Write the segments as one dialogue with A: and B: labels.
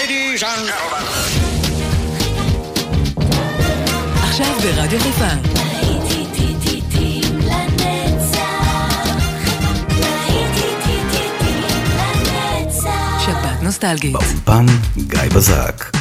A: Ladies and gentlemen.
B: עכשיו ברדיו חיפה. שבת נוסטלגית.
C: באולפן גיא בזק.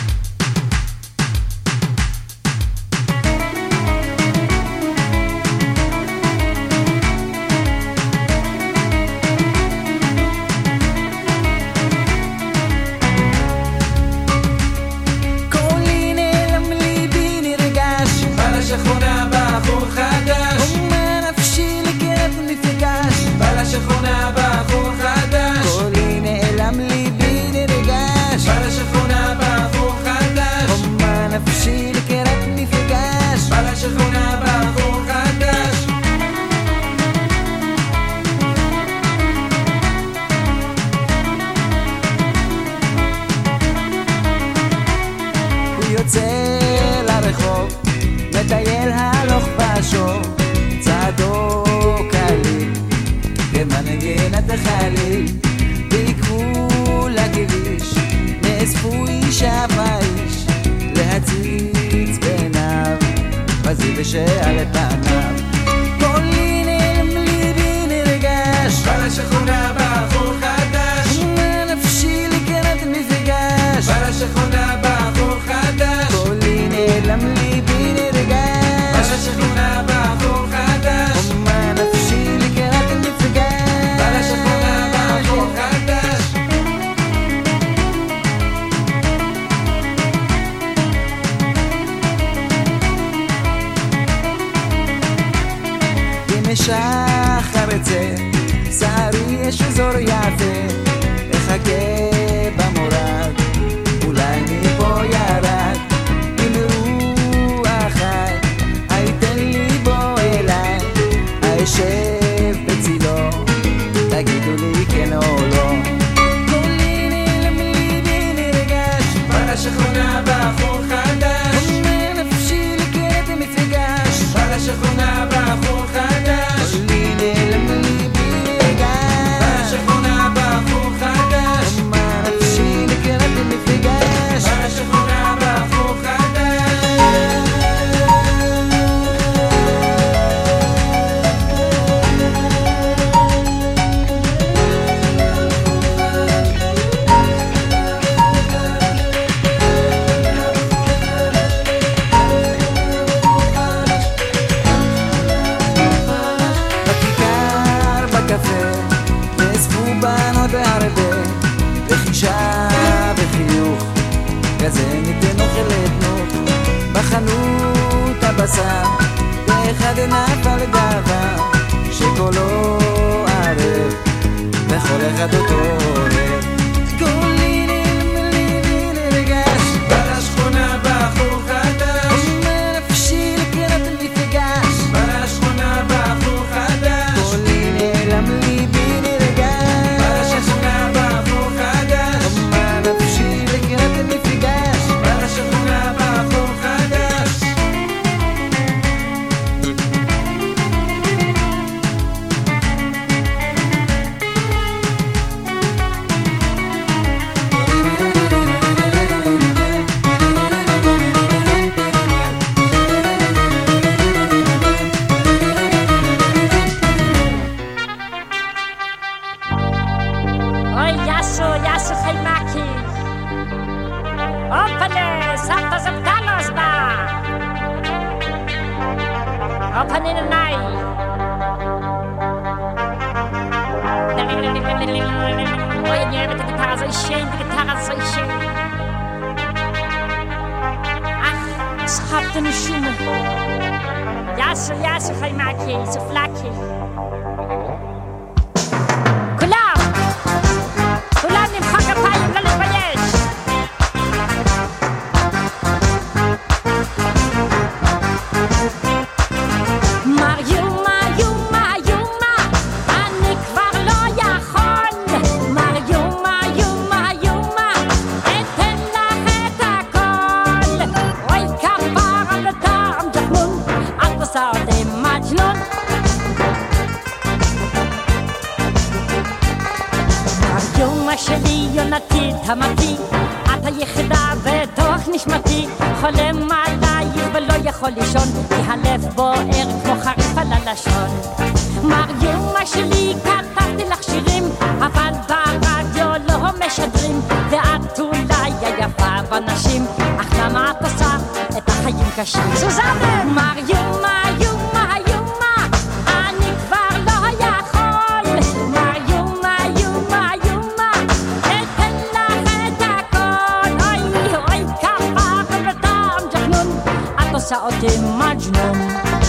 D: שלי יונתי תמתי, אתה
A: היחידה בתוך נשמתי, חולם עלייך ולא יכול לישון, כי הלב בוער כמו חריף על הלשון. מריומה שלי, כתבתי לך שירים, אבל ברדיו לא משדרים, ואת אולי היפה בנשים, אך למה את עושה את החיים קשים? סוזנה! מריומה, יומה, יומה, אני כבר לא יכול. מריומה, יומה, יומה, אתן לך את הכל. אוי, אוי, כפה ובטעם ג'חנון, את עושה אותי מג'נון.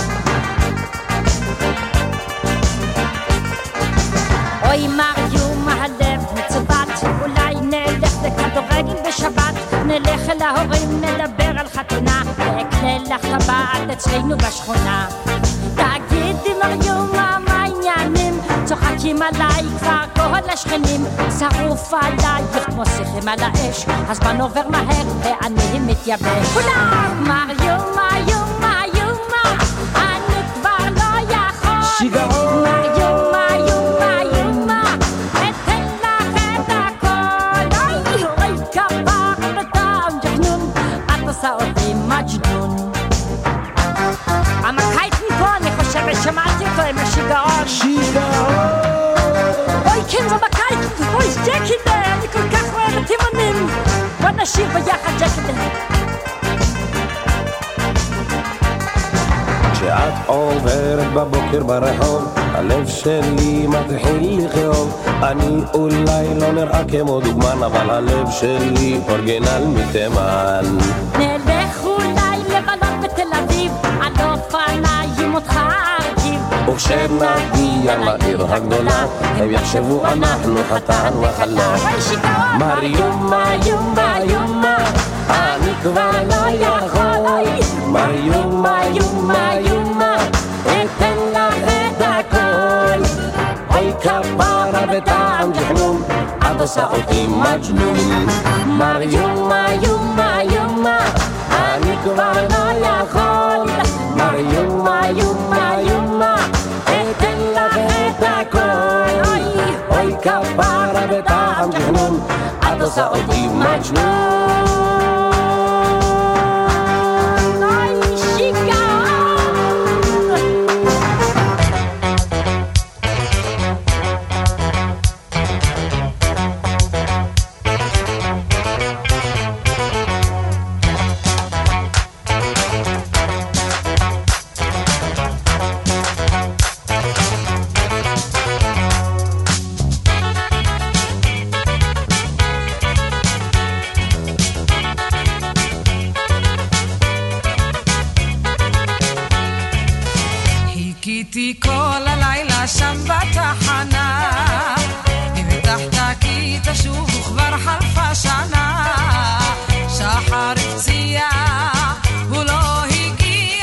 A: אוי מריומה, הלב מצוות, אולי נלך לכדורגל בשבת, נלך אל ההורים, נדבר על חתונה, ואקנה לך טבעת אצלנו בשכונה. תגידי מריומה, מה העניינים? צוחקים עליי כבר כל השכנים, שרוף עלייך כמו שיחים על האש, הזמן עובר מהר ואני מתייבש. כולם! מריומה, יומה, יומה, אני כבר לא יכול.
D: שיגעון!
A: מריומה, יומה, יומה, אתן לך את הכל. אוי, אוי, כפה בטעם ג'חנון, את עושה אותי מג'נון. המקייט מפה, אני חושבת שמעתי אותו עם השיגעון.
D: שיגעון!
A: אוי, כן, זה מקייט, אוי, ג'קינדה, אני כל כך אוהבת תימנים. בוא נשיר ביחד ג'קינדה.
D: כשאת עוברת בבוקר ברחוב, הלב שלי מתחיל לכאוב. אני אולי לא נראה כמו דוגמן, אבל הלב שלי אורגינל מתימן.
A: נלך אולי לבלות בתל אביב, על אופניים אותך ארכיב.
D: וכשנגיע לעיר הגדולה, הם יחשבו אנחנו חתן וחלה. מריומה, יומה, יומה, אני כבר לא יכול. מריומה, יומה, יומה, אתן לך את הכל. אוי כפרה בטעם ג'חנון, את עושה אותי מג'נון. מריומה, יומה, יומה, אני כבר לא יכול. מריומה, יומה, יומה, אתן לך את הכל. אוי כפרה בטעם ג'חנון, את עושה אותי מג'נון.
E: כל הלילה שם בתחנה, הבטחת כי תשוב וכבר חלפה שנה. שחר הפציע הוא לא הגיע,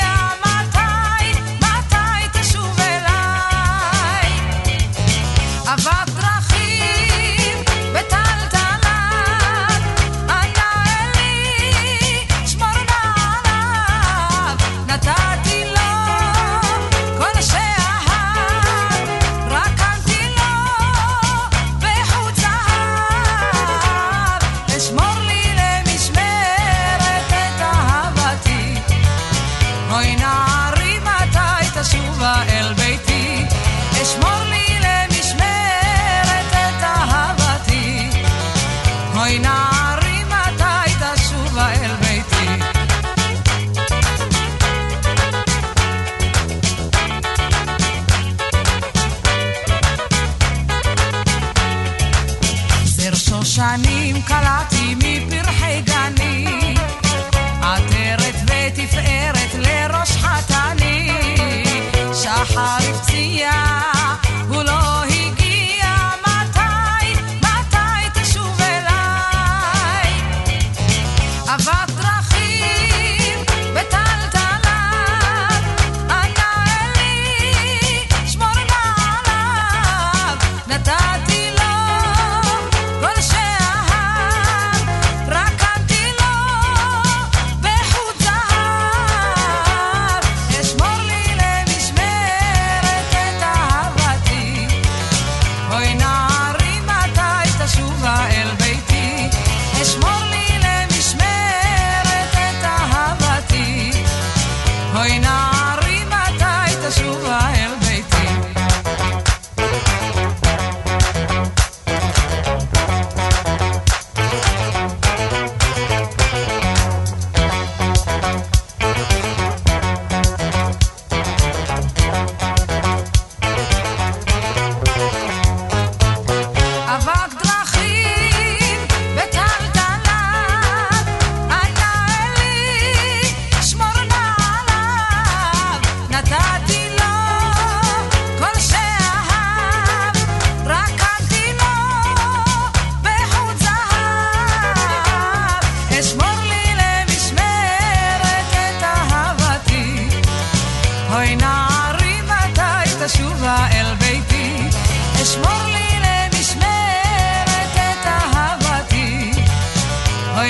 E: מתי תשוב אליי? אבק דרכים בטלטלן, אנא אלי שמור נעליו. נתתי לו כל שאהב, רקמתי לו בחוט זהב.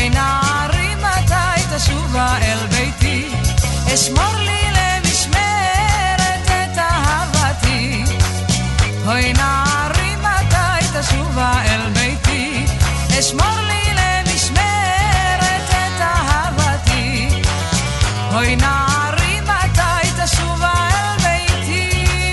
E: אוי נערי מתי תשובה אל ביתי, אשמור לי למשמרת את אהבתי. אוי נערי מתי תשובה אל ביתי, אשמור לי למשמרת את אהבתי. אוי נערי מתי תשובה אל ביתי.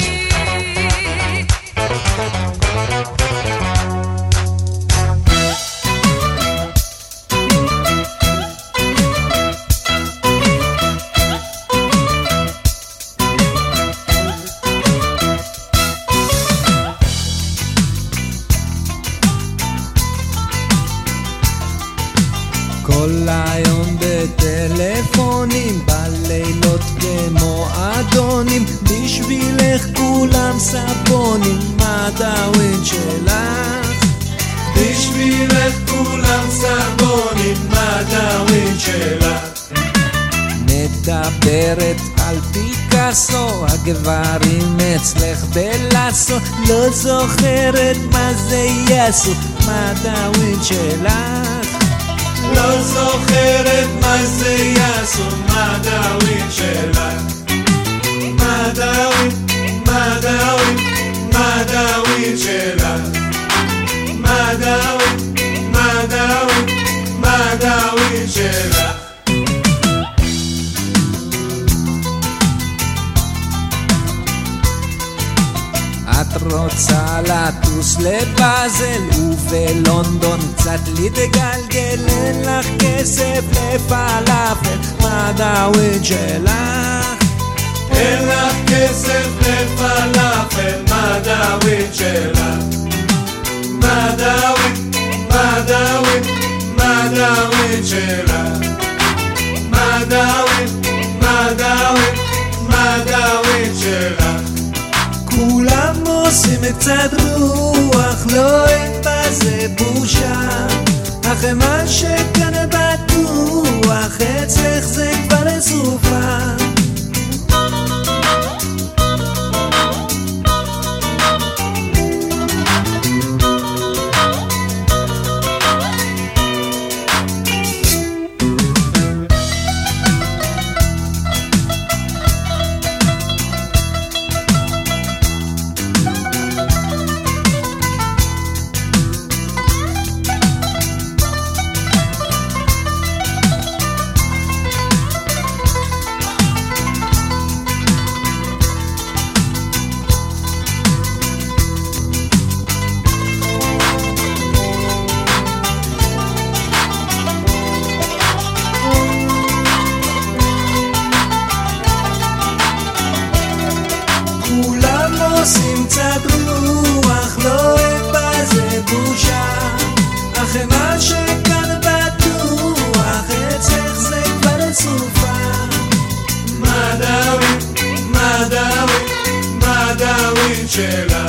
F: כל היום בטלפונים, בלילות במועדונים, בשבילך כולם סבונים, מה דאווין שלך? בשבילך כולם סבונים, מה דאווין שלך? מדברת על פיקאסו, הגברים אצלך בלאסו, לא זוכרת מה זה יעשו, מה דאווין שלך? לא זוכרת מה זה יעשו, מה דאווין שלך? מה דאווין, מה דאווין, מה דאווין שלך? מה דאווין, מה דאווין, מה דאווין שלך? את רוצה לטוס לבאזל ובלונדון קצת להתגלגל, אין לך כסף לפלאפל, מה דאווין שלך? אין לך כסף לפלאפל, מה דאווין שלך? מה דאווין, מה דאווין, מה דאווין שלך? מה דאווין, מה דאווין, מה דאווין שלך? כולם עושים קצת רוח, לא אין בזה בושה, אך מה שכאן בטוח, אצלך זה כבר לסופה. עושים קצת רוח, לא אין בזה בושה, אך מה שכאן בטוח, אצלך זה כבר לסופה. מה דאווין, מה דאווין, מה דאווין שלה?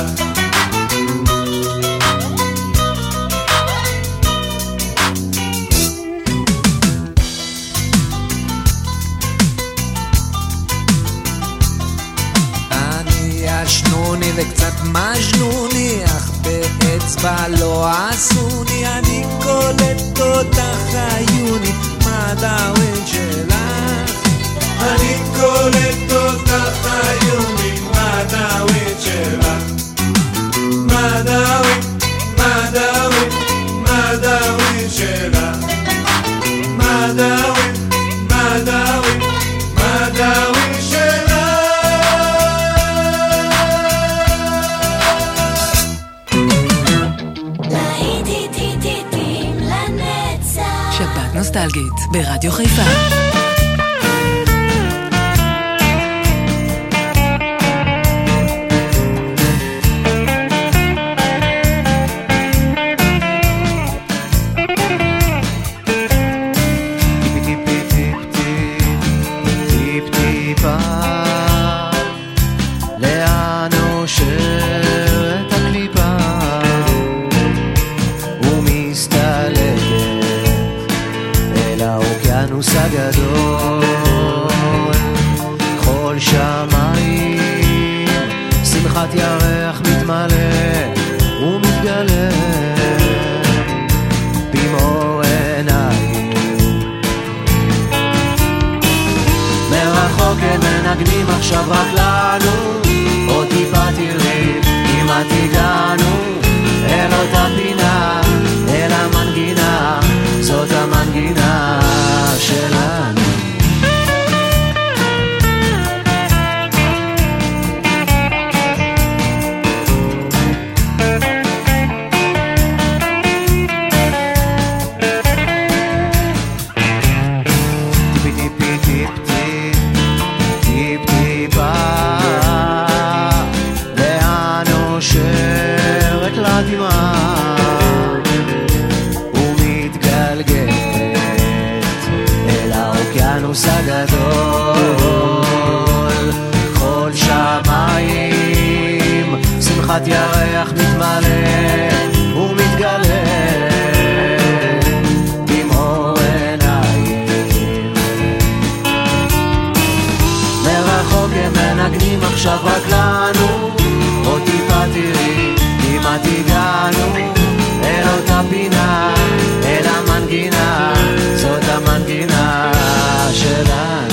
F: שנוני וקצת מג'נוני, אך באצבע לא עשוני, אני קולט אותך עיוני, מה דאווין שלך? אני קולט אותך עיוני, מה דאווין שלך? מה דאווין, מה דאווין, מה דאווין שלך? מה דאווין, מה דאווין, מה דאווין שלך?
B: שבת נוסטלגית ברדיו חיפה.
G: הגדול כל שמיים שמחת ירח מתמלא ומתגלה במאור עיניים עכשיו רק לנו, עוד טיפה תראי, כמעט הגענו אל אותה פינה, אל המנגינה, זאת המנגינה שלנו. הגדול כל שמיים שמחת ירח מתמלא ומתגלה במאור עיניים מרחוק הם מנגנים עכשיו רק לנו עוד טיפה תראי כמעט הגענו אל אותה פינה אל המנגינה זאת המנגינה שלנו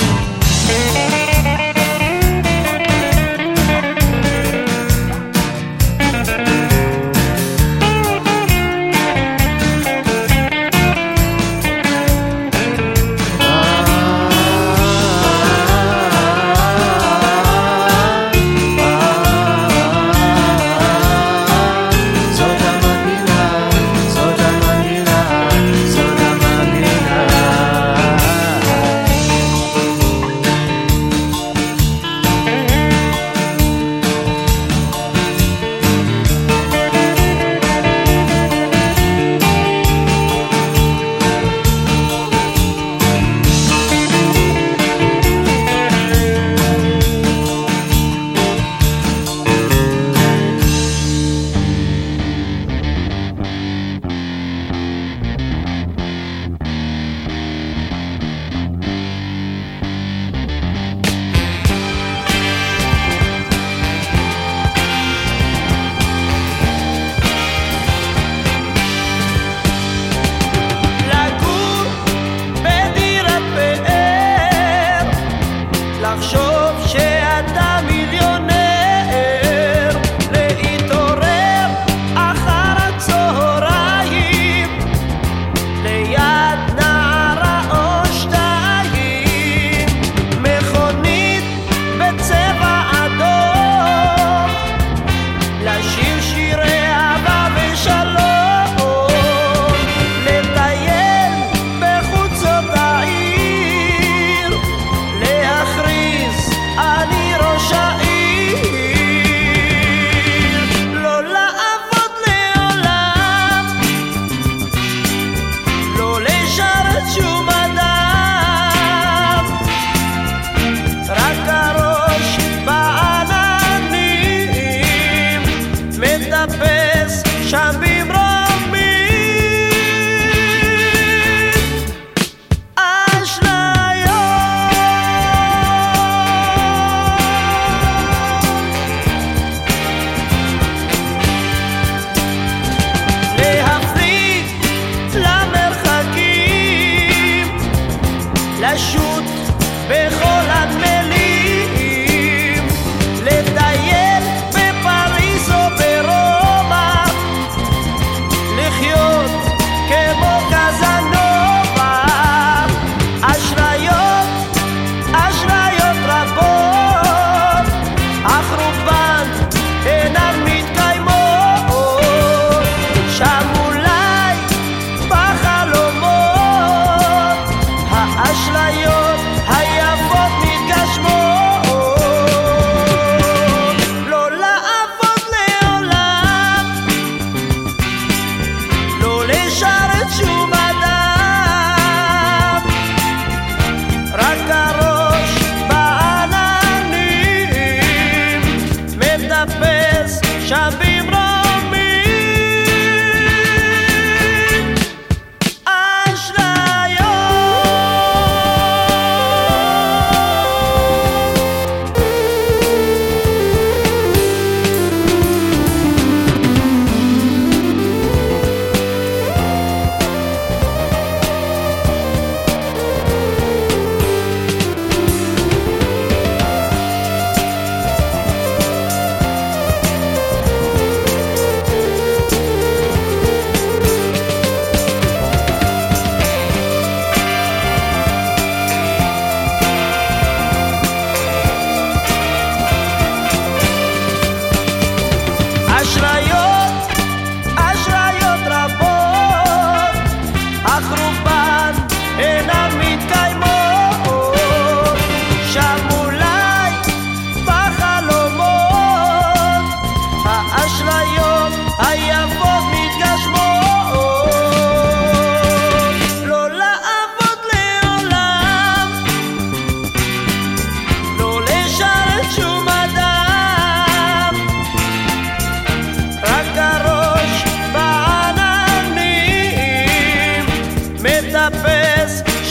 H: אשליות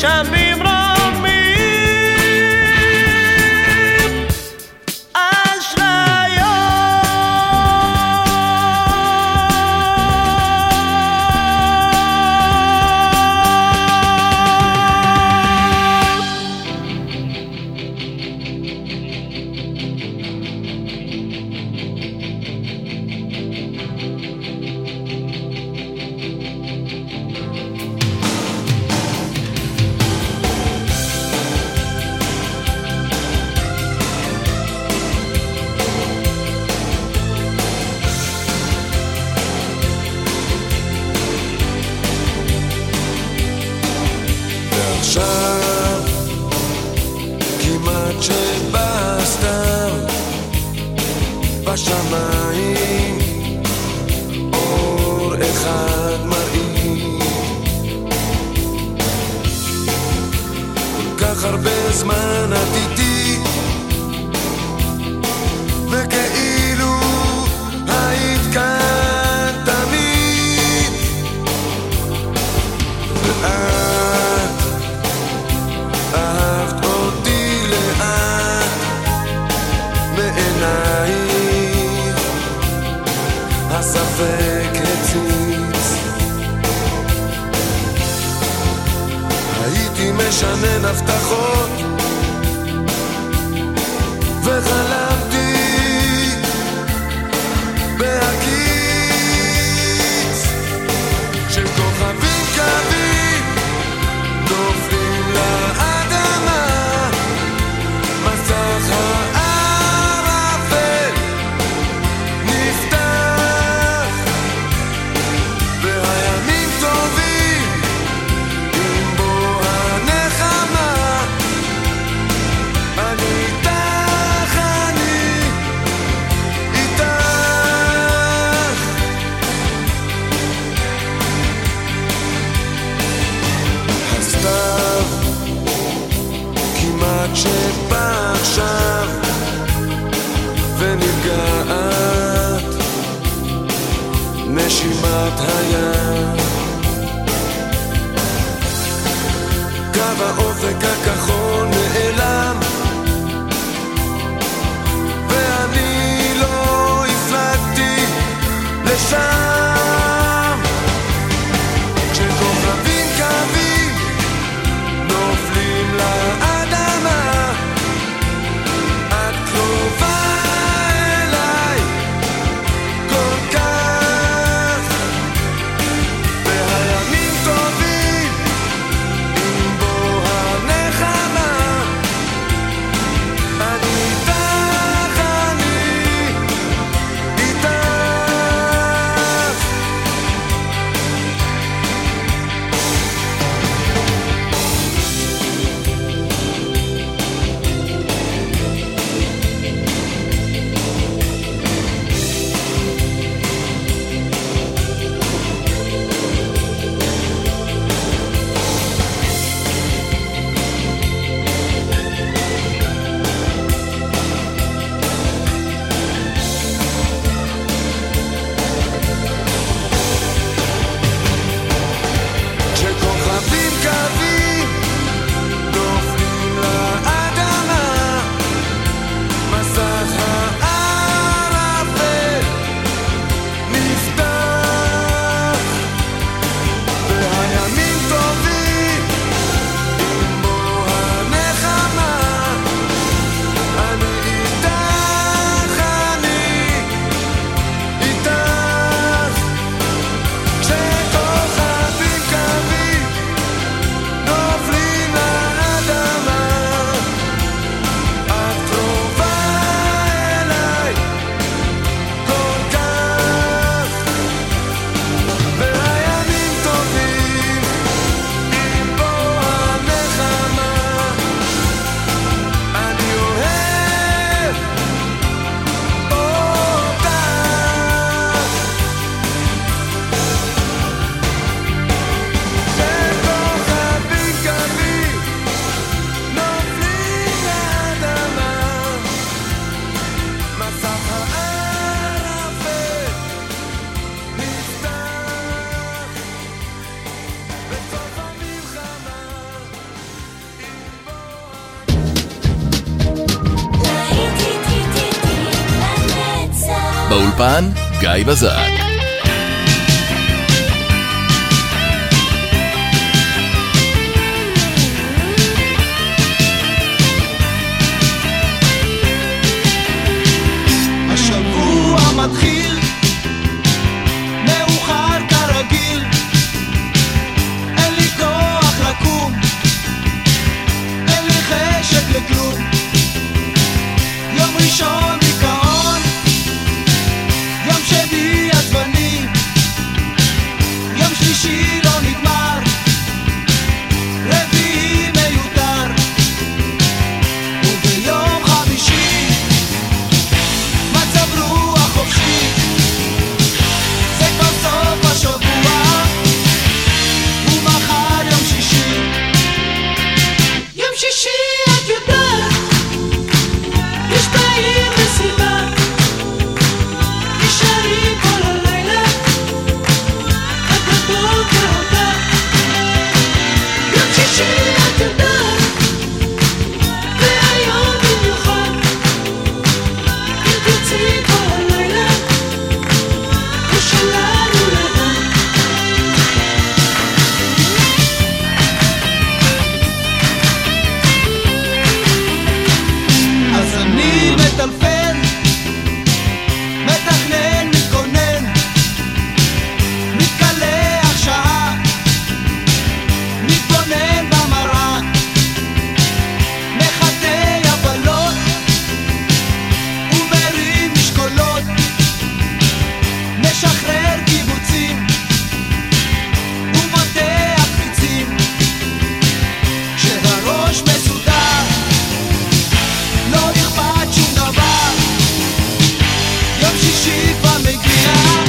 H: גשמים רמים
I: בשמיים אור אחד מראים כל כך הרבה זמן את איתי וכאילו היית כאן תמיד ואת אהבת אותי לאט מעיניי הספק הציץ הייתי משנן הבטחות וחלמתי בהקיץ שכוכבים קווים נופלים לאדמה מסך הערפל נפתח והימים טובים עם בוא הנחמה אני איתך הסתיו כמעט שבא עכשיו ונרגעת נשימת הים קו האופק הכחול נעלם ואני לא הפלגתי לשם כשכוכבים קווים נופלים לאדמה את קרובה אליי כל כך והימים טובים עם בוא הנחמה אני איתך
H: באולפן גיא בזק.
I: השבוע מתחיל מאוחר כרגיל, אין לי כוח לקום, אין לי חשק לכלום. יום ראשון דיכאון, יום שני עצבני, יום שלישי לא נגמר, רביעי מיותר, וביום חמישי מצב רוח חופשי. זה כבר סוף השבוע ומחר יום שישי. יום שישי את יודעת, יש בעיר מסיבה, נשארים כל הלילה עד בבוקר אותה. יום שישי את יודעת, והיום במיוחד, אם תרצי כל הלילה הוא שלנו לבד. אז אני מטלפן, מתכנן, מתכונן, מתקלח שעה, מתבונן במראה, מחטא יבלות ומרים משקולות, משחרר קיבוצים ומותח פיצים. כשהראש מסודר לא אכפת שום דבר, יום שישי כבר מגיע,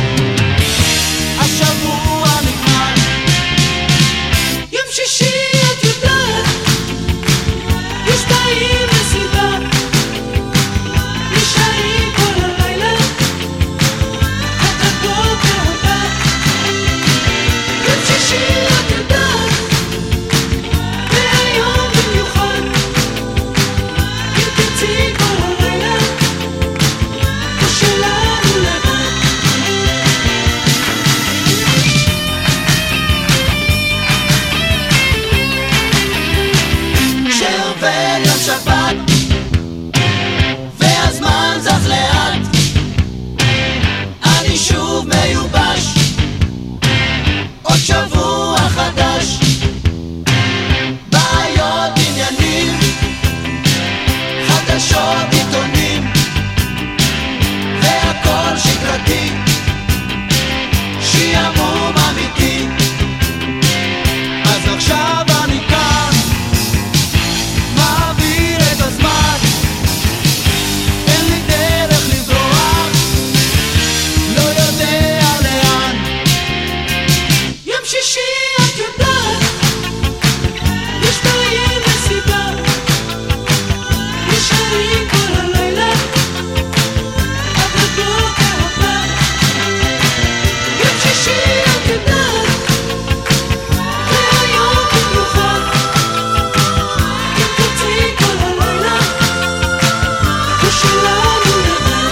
I: השבוע נגמר. יום שישי את יודעת, יש בעיר מסיבה, נשארים כל הלילה עד הבוקר הבא. יום שישי את יודעת, והיום במיוחד, אם תרצי כל הלילה הוא שלנו לבד. כשעובר יום שבת והזמן זז לאט, אני שוב מיובש, עוד שבוע חדש, בעיות עניינים, חדשות עיתונים, והכל שגרתי, שיעמום אמיתי. אז עכשיו אני כאן, מעביר את הזמן, אין לי דרך לברוח, לא יודע לאן. יום שישי את יודעת, יש בעיר מסיבה, נשארים כל הלילה עד הבוקר הבא. יום שישי את יודעת, והיום במיוחד, אם תרצי כל הלילה הוא שלנו לבד.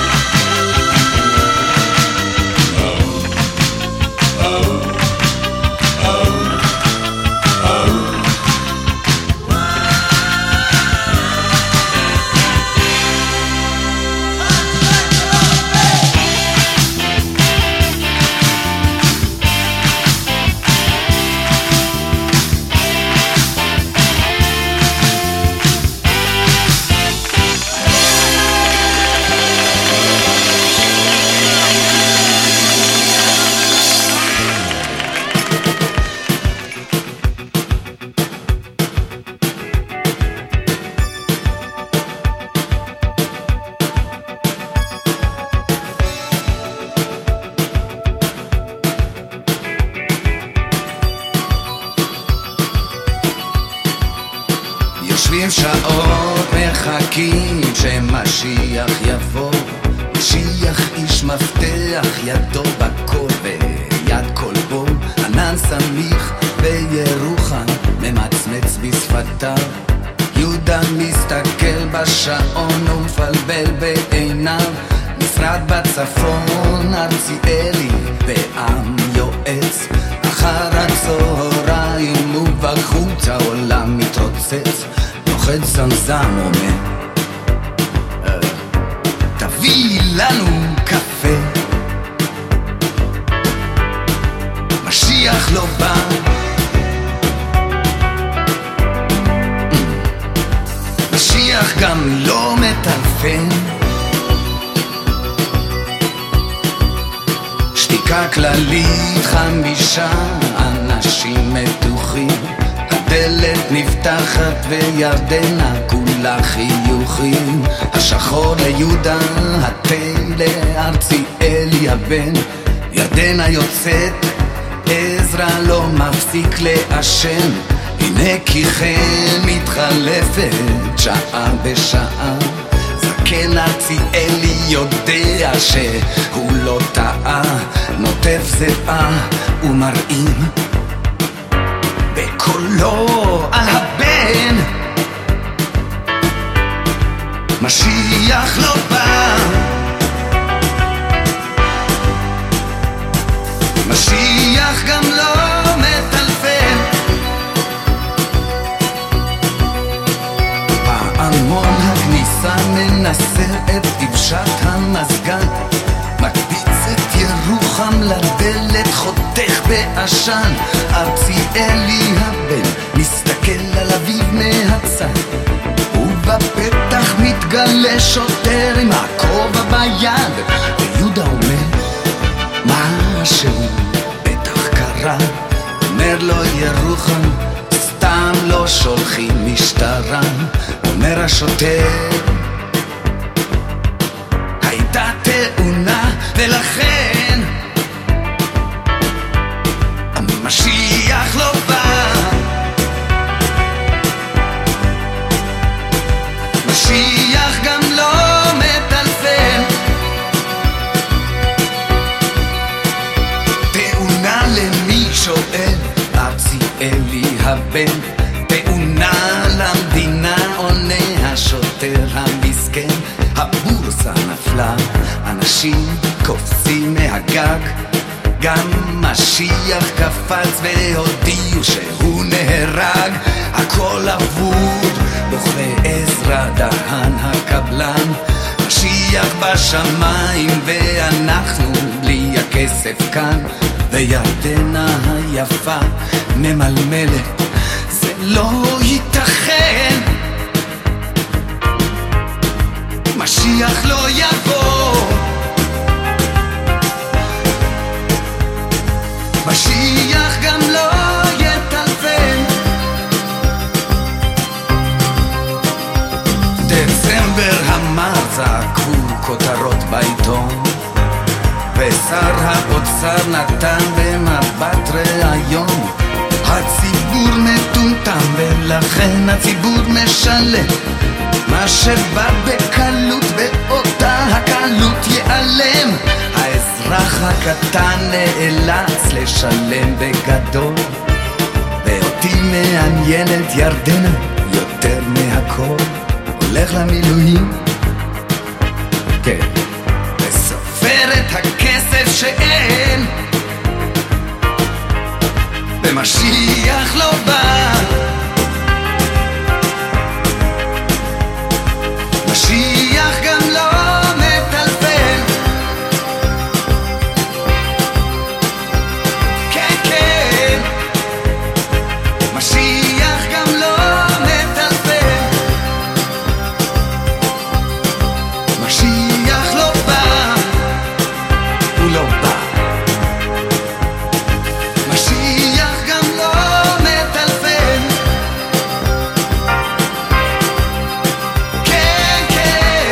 F: יושבים שעות מחכים שמשיח יבוא, משיח איש מפתח, ידו בכל ויד כל בו, ענן סמיך בירוחם ממצמץ בשפתיו, יהודה מסתכל בשעון ומפלבל בעיניו, משרד בצפון, ארציאלי ועם יועץ. אחר הצהריים ובחוץ העולם מתרוצץ, נוחת זמזם אומר תביא לנו קפה. משיח לא בא, משיח גם לא מטלפן. שתיקה כללית, 5 אנשים מתוחים. הדלת נפתחת וירדנה כולה חיוכים. השחור ליהודה, התה לארציאלי הבן. ירדנה יוצאת, עזרא לא מפסיק לעשן. הנה כי כן מתחלפת שעה בשעה. זקן ארציאלי יודע שהוא לא טעה. נוטף זרעה ומראים בקולו על הבן. משיח לא בא, משיח גם לא מטלפן. פעמון הכניסה מנסר את דבשת המזגן. מקפיץ את ירוחם לדלת, חותך בעשן. ארציאלי הבן מסתכל על אביו מהצד, ובפתח מתגלה שוטר עם הכובע ביד. ויהודה אומר משהו בטח קרה. אומר לו ירוחם סתם לא שולחים משטרה. אומר השוטר הייתה תאונה ולכן המשיח לא בא. משיח גם לא מטלפן. תאונה למי שואל ארציאלי הבן. תאונה למדינה עונה השוטר המסכן. הבורסה נפלה, אנשים קופצים מהגג. גם משיח קפץ והודיעו שהוא נהרג. הכל אבוד, בוכה עזרא דהן הקבלן. משיח בשמיים ואנחנו בלי הכסף כאן. וירדנה היפה ממלמלת זה לא ייתכן. משיח לא יבוא, משיח גם לא יטלפן. דצמבר המר זעקו כותרות בעיתון, ושר האוצר נתן במבט ראיון. הציבור מטומטם ולכן הציבור משלם. מה שבא בקלות באותה הקלות ייעלם. האזרח הקטן נאלץ לשלם בגדול. ואותי מעניינת ירדנה יותר מהכל. הולך למילואים, כן, וסופר את הכסף שאין. ומשיח לא בא, משיח גם לא מטלפן. כן, כן, משיח גם לא מטלפן. משיח לא בא, הוא לא בא. משיח גם לא מטלפן. כן, כן,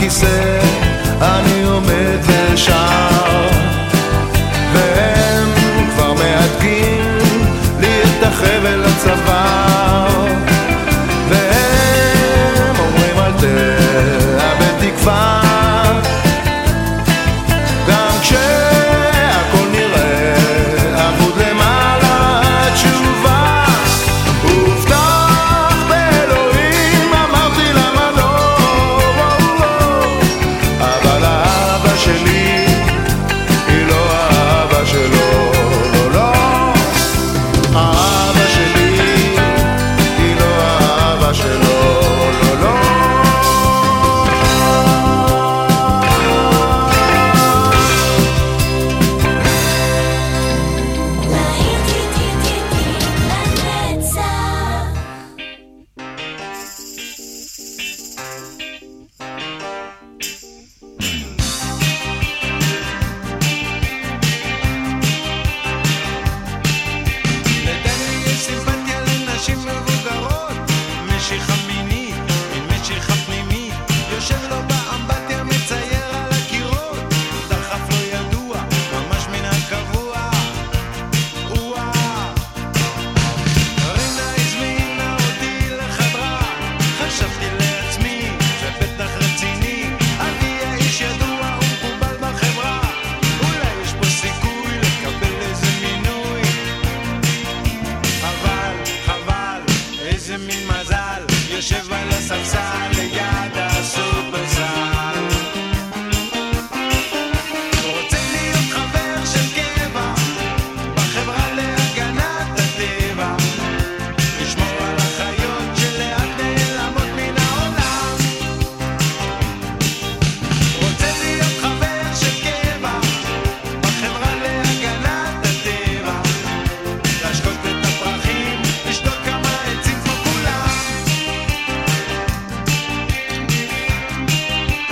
J: הכיסא אני עומד ושר, והם כבר מהדקים לי את החבל הצוואר, והם אומרים אל תאבד תקווה, גם כשהכל נראה אבוד למעלה תשובה, הובטח באלוהים אמרתי למה לא, אבל האהבה שלי היא לא האהבה שלו, לא לא, האהבה שלי היא לא האהבה שלו, לא לא. לדני יש סימפתיה לנשים מבוגרות, משיכה מינית, מין משיכה פנימית, יושב לו באמבטיה מצייר על הקירות, דחף לא ידוע, ממש מן הקבוע, וואה. רינה הזמינה אותי לחדרה, חשבתי לעצמי, זה בטח רציני, אני האיש ידוע ומקובל בחברה, אולי יש פה סיכוי לקבל איזה מינוי, אבל חבל, איזה מין מזל, יושב על הספסל ליד הסופרסל, רוצה להיות חבר של קבע בחברה להגנת הטבע, לשמור על החיות שלאט נעלמות מן העולם, רוצה להיות חבר של קבע בחברה להגנת הטבע, להשקות את הפרחים, לשתות כמה עצים כמו כולם,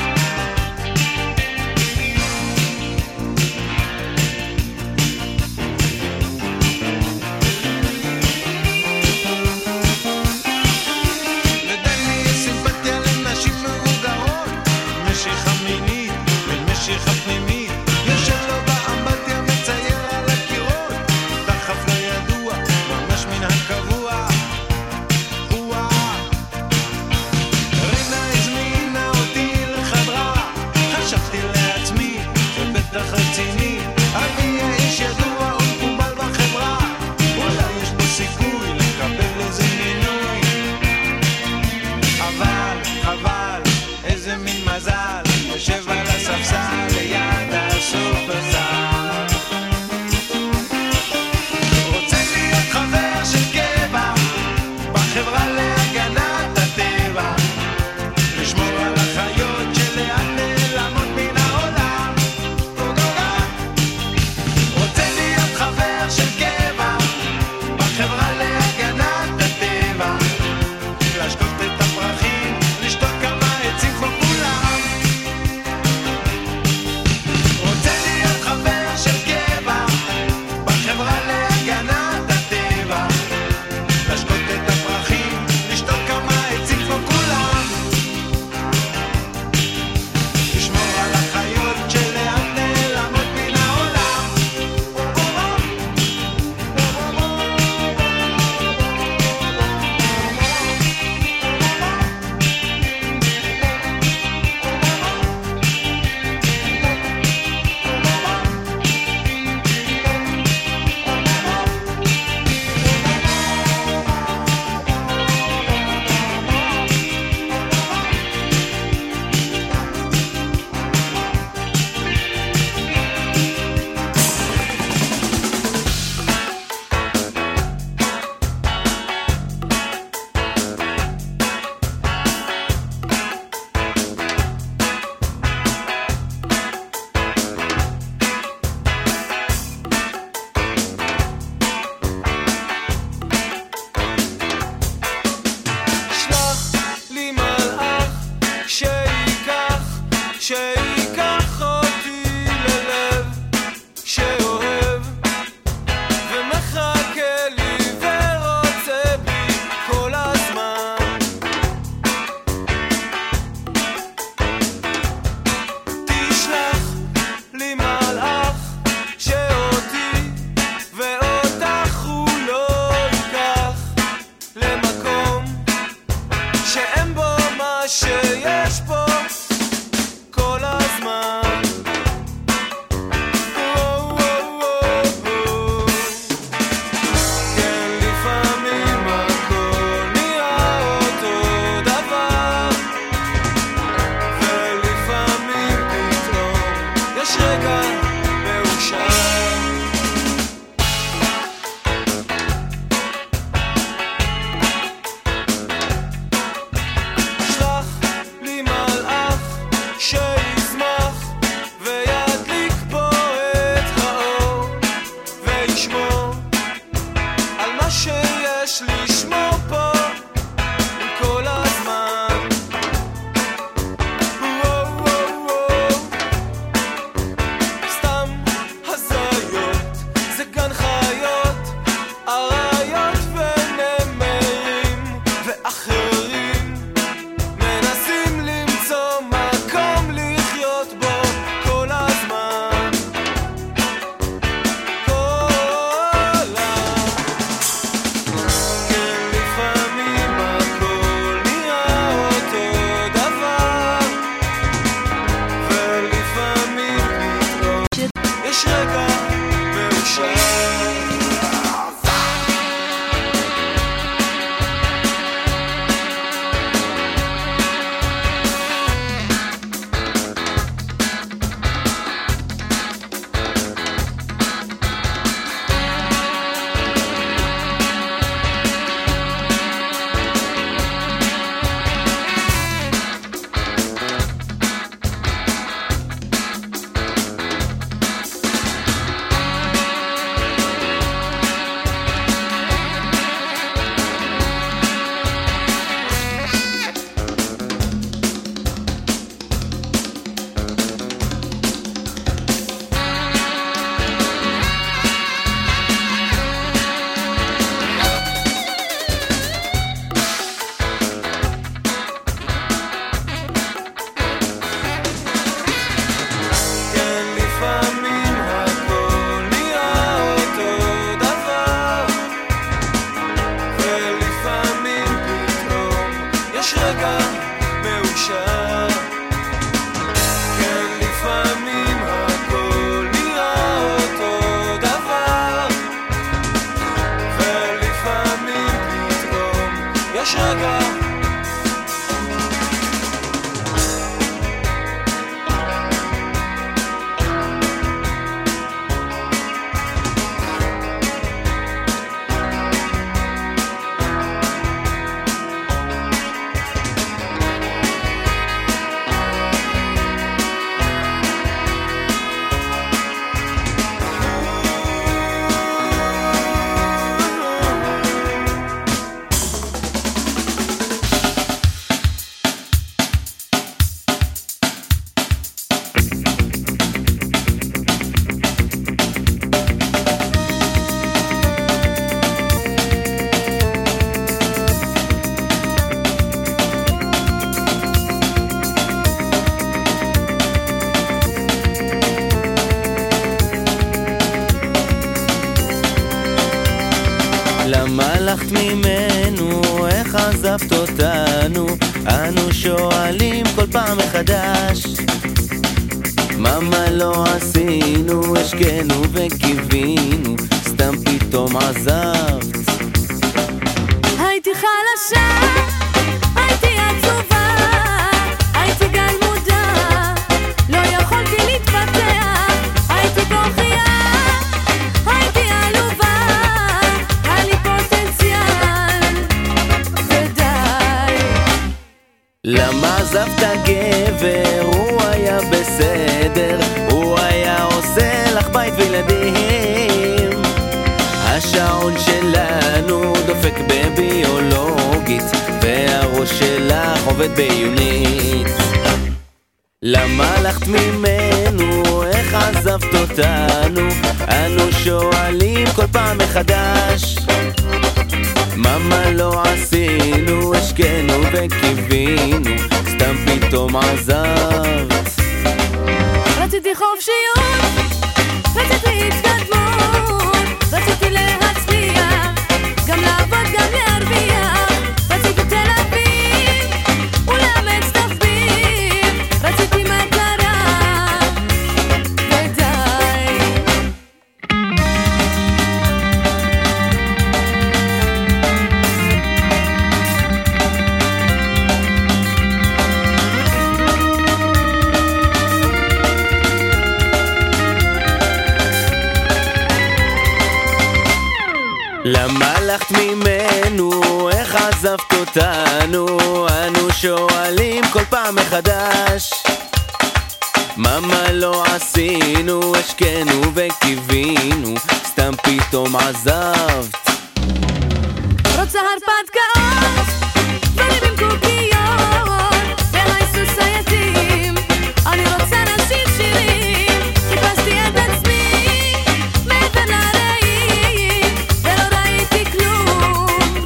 J: רגע מאושר. כן, לפעמים הכל נראה אותו דבר, ולפעמים פתאום יש רגע
G: הלכת ממנו, איך עזבת אותנו? אנו שואלים כל פעם מחדש, מה לא עשינו? השקנו וקיווינו, סתם פתאום עזבת.
I: הייתי חלשה, הייתי עצובה, הייתי גלמודה, לא יכולתי להתפתח, הייתי כוחיה, הייתי עלובה, היה לי פוטנציאל, ודי.
G: למה עזבת גבר? הוא היה בסדר, הוא היה עושה לך בית וילדים. השעון שלנו דופק בביולוגית, והראש שלך עובד ביונית. למה הלכת ממנו? איך עזבת אותנו? אנו שואלים כל פעם מחדש, מה לא עשינו? השקנו וקיווינו, סתם פתאום עזבת.
I: רציתי חופשיות, רציתי התקדמות, רציתי להצליח, גם לעבוד גם להרוויח, רציתי תל אביב ולאמץ תחביב, רציתי מטרה ודי.
G: למה הלכת ממנו? איך עזבת אותנו? אנו שואלים כל פעם מחדש, מה לא עשינו? השקנו וקיווינו, סתם פתאום עזבת.
I: רוצה הרפתקאות, וריבים קוקיות, והיסוס היתים, אני רוצה לשיר שירים, חיפשתי את עצמי מעבר לרעים, ולא ראיתי כלום.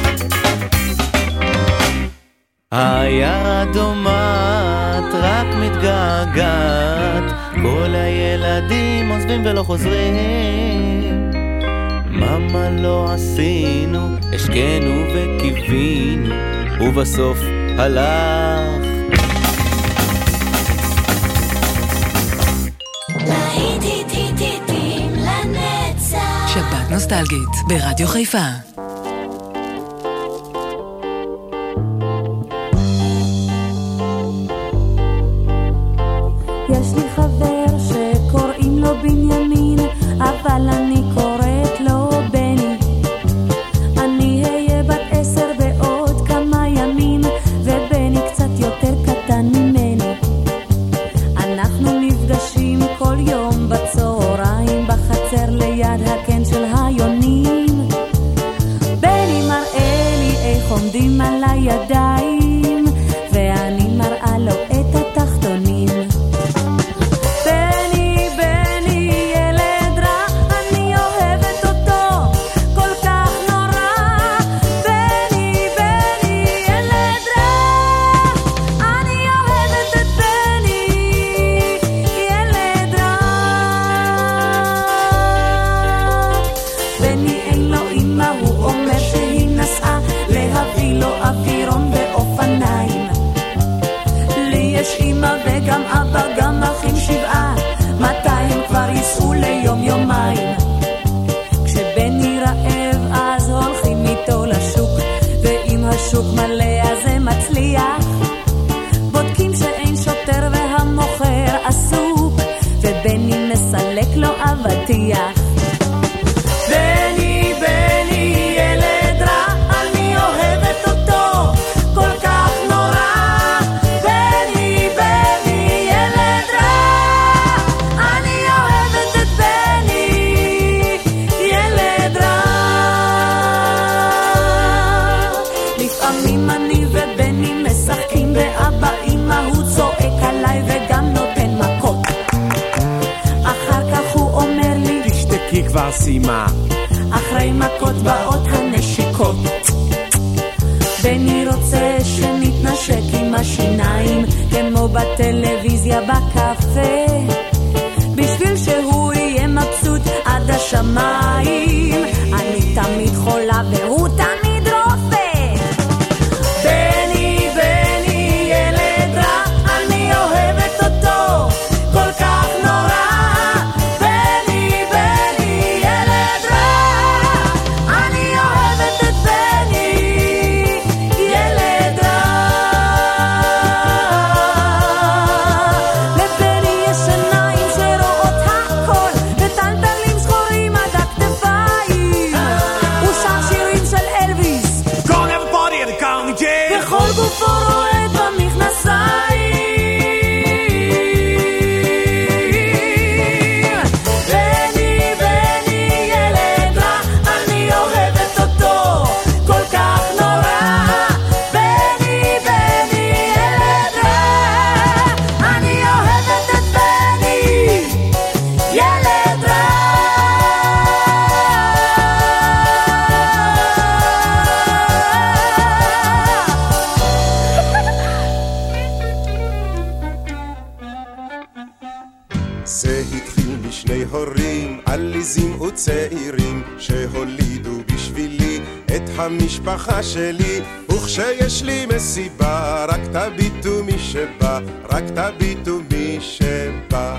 G: העיירה דומעת, רק מתגעגעת, כל הילדים עוזבים ולא חוזרים. מה לא עשינו? השקנו וקיווינו, ובסוף הלך.
B: שבת נוסטלגית ברדיו חיפה.
K: יש לי חבר שקוראים לו בנימין, אבל אני קוראת לו בני. אני אהיה בת 10 בעוד כמה ימים, ובני קצת יותר קטן ממני. אנחנו נפגשים כל יום בצהריים בחצר ליד הקן של היונים. בני מראה לי איך עומדים על הידיים, ואני מראה לו את התחתונים. בני אין לו אמא, הוא אומר שהיא נסעה להביא לו אווירון ייסעו ליום יומיים. כשבני רעב אז הולכים איתו לשוק, ואם השוק מלא אז זה מצליח. בודקים שאין שוטר והמוכר עסוק, ובני מסלק לו אבטיח. בני בני ילד רע, אני אוהבת אותו כל כך נורא. בני בני ילד רע, אני אוהבת את בני ילד רע. לפעמים אני ובני משחקים באבא אמא, הוא צועק עליי וגם נותן מכות. אחר כך הוא אומר לי
L: תשתקי כבר סימה,
K: אחרי מכות באות הנשיקות. בני רוצה שנתנשק עם השיניים כמו בטלוויזיה בקפה, בשביל שהוא יהיה מבסוט עד השמיים. אני תמיד חולה והוא תמיד רופא. בני בני ילד רע, אני אוהבת אותו כל כך נורא. בני בני ילד רע, אני אוהבת את בני ילד רע. לבני יש עיניים שרואות הכל, וטלטלים שחורים עד הכתפיים. הוא שר שירים של אלוויס, וכל גופו רועד במכנסיים. בני בני ילד רע, אני אוהבת אותו כל כך נורא. בני בני ילד רע, אני אוהבת את בני ילד רע.
J: זה התחיל משני הורים עליזים וצעירים שהולידו בשבילי את המשפחה שלי. וכשיש לי מסיבה רק תביטו מי שבא, רק תביטו מי שבא.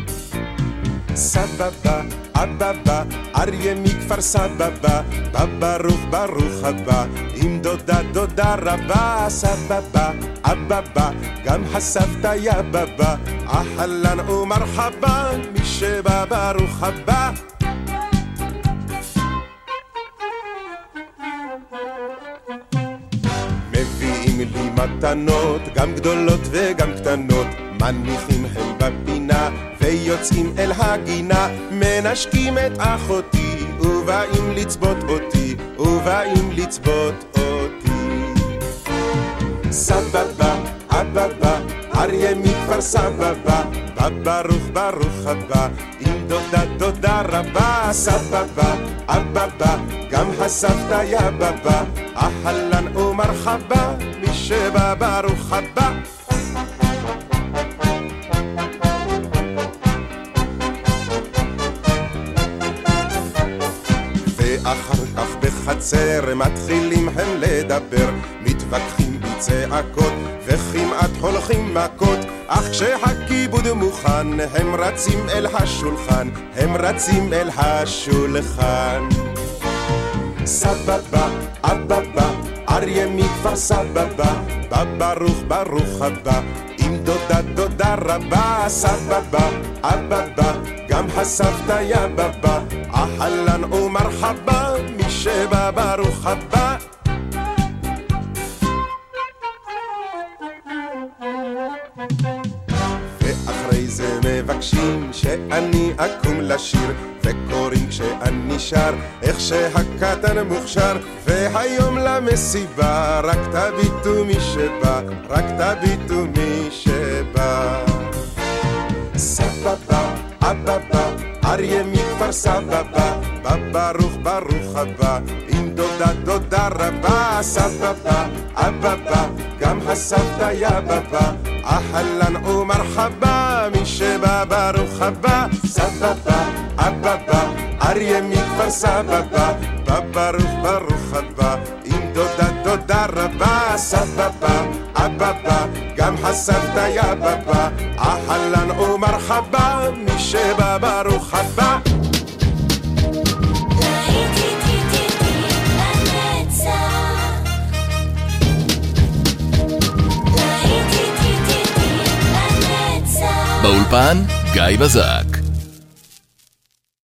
J: סבבה, אבבה, אריה מכפר סבבה, ברוך ברוך הבא, עם דודה דודה רבה. סבבה, אבבה, גם הסבתא יא בבה, אהלן ומרחבה, מי שבא ברוך הבא. מביאים לי מתנות, גם גדולות וגם קטנות, מניחים הם בפינה ויוצאים אל הגינה, מנשקים את אחותי ובאים לצבות אותי, ובאים לצבות אותי. סבבה, אבבה, אריה מכפר סבבה, ברוך ברוך הבא, עם דודה דודה רבה. סבבה, אבבה, גם הסבתא יא בבה, אהלן ומרחבה, מי שבא ברוך הבא. ואחר כך בחצר מתחילים הם לדבר, מתווכחים בצעקות וכמעט הולכים מכות, אך כשהכיבוד מוכן הם רצים אל השולחן, הם רצים אל השולחן. סבבה, אבבה, אריה מכפר סבבה, ברוך ברוך הבא, עם דודה דודה רבה. סבבה, אבבה, גם הסבתא יא בבה, אהלן ומרחבה, מי שבא ברוך הבא. ואחרי זה מבקשים שאני אקום לשיר, וקוראים כשאני שר איך שהקטן מוכשר. והיום למסיבה רק תביטו מי שבא, רק תביטו מי שבא. סבבה, אבבה, אריה מכפר סבבה, ברוך ברוך הבא, עם דודה דודה רבה. סבבה, אבבה, גם הסבתא יא בבה, אהלן ומרחבה, מי שבא ברוך הבא. סבבה, אבבה, אריה מכפר סבבה, ברוך ברוך הבא, עם דודה דודה רבה. סבבה, אבבה, גם חסבת יא בבא, אהלן ומרחבה, מי שבא ברוך הבא.
H: באולפן גיא בזק.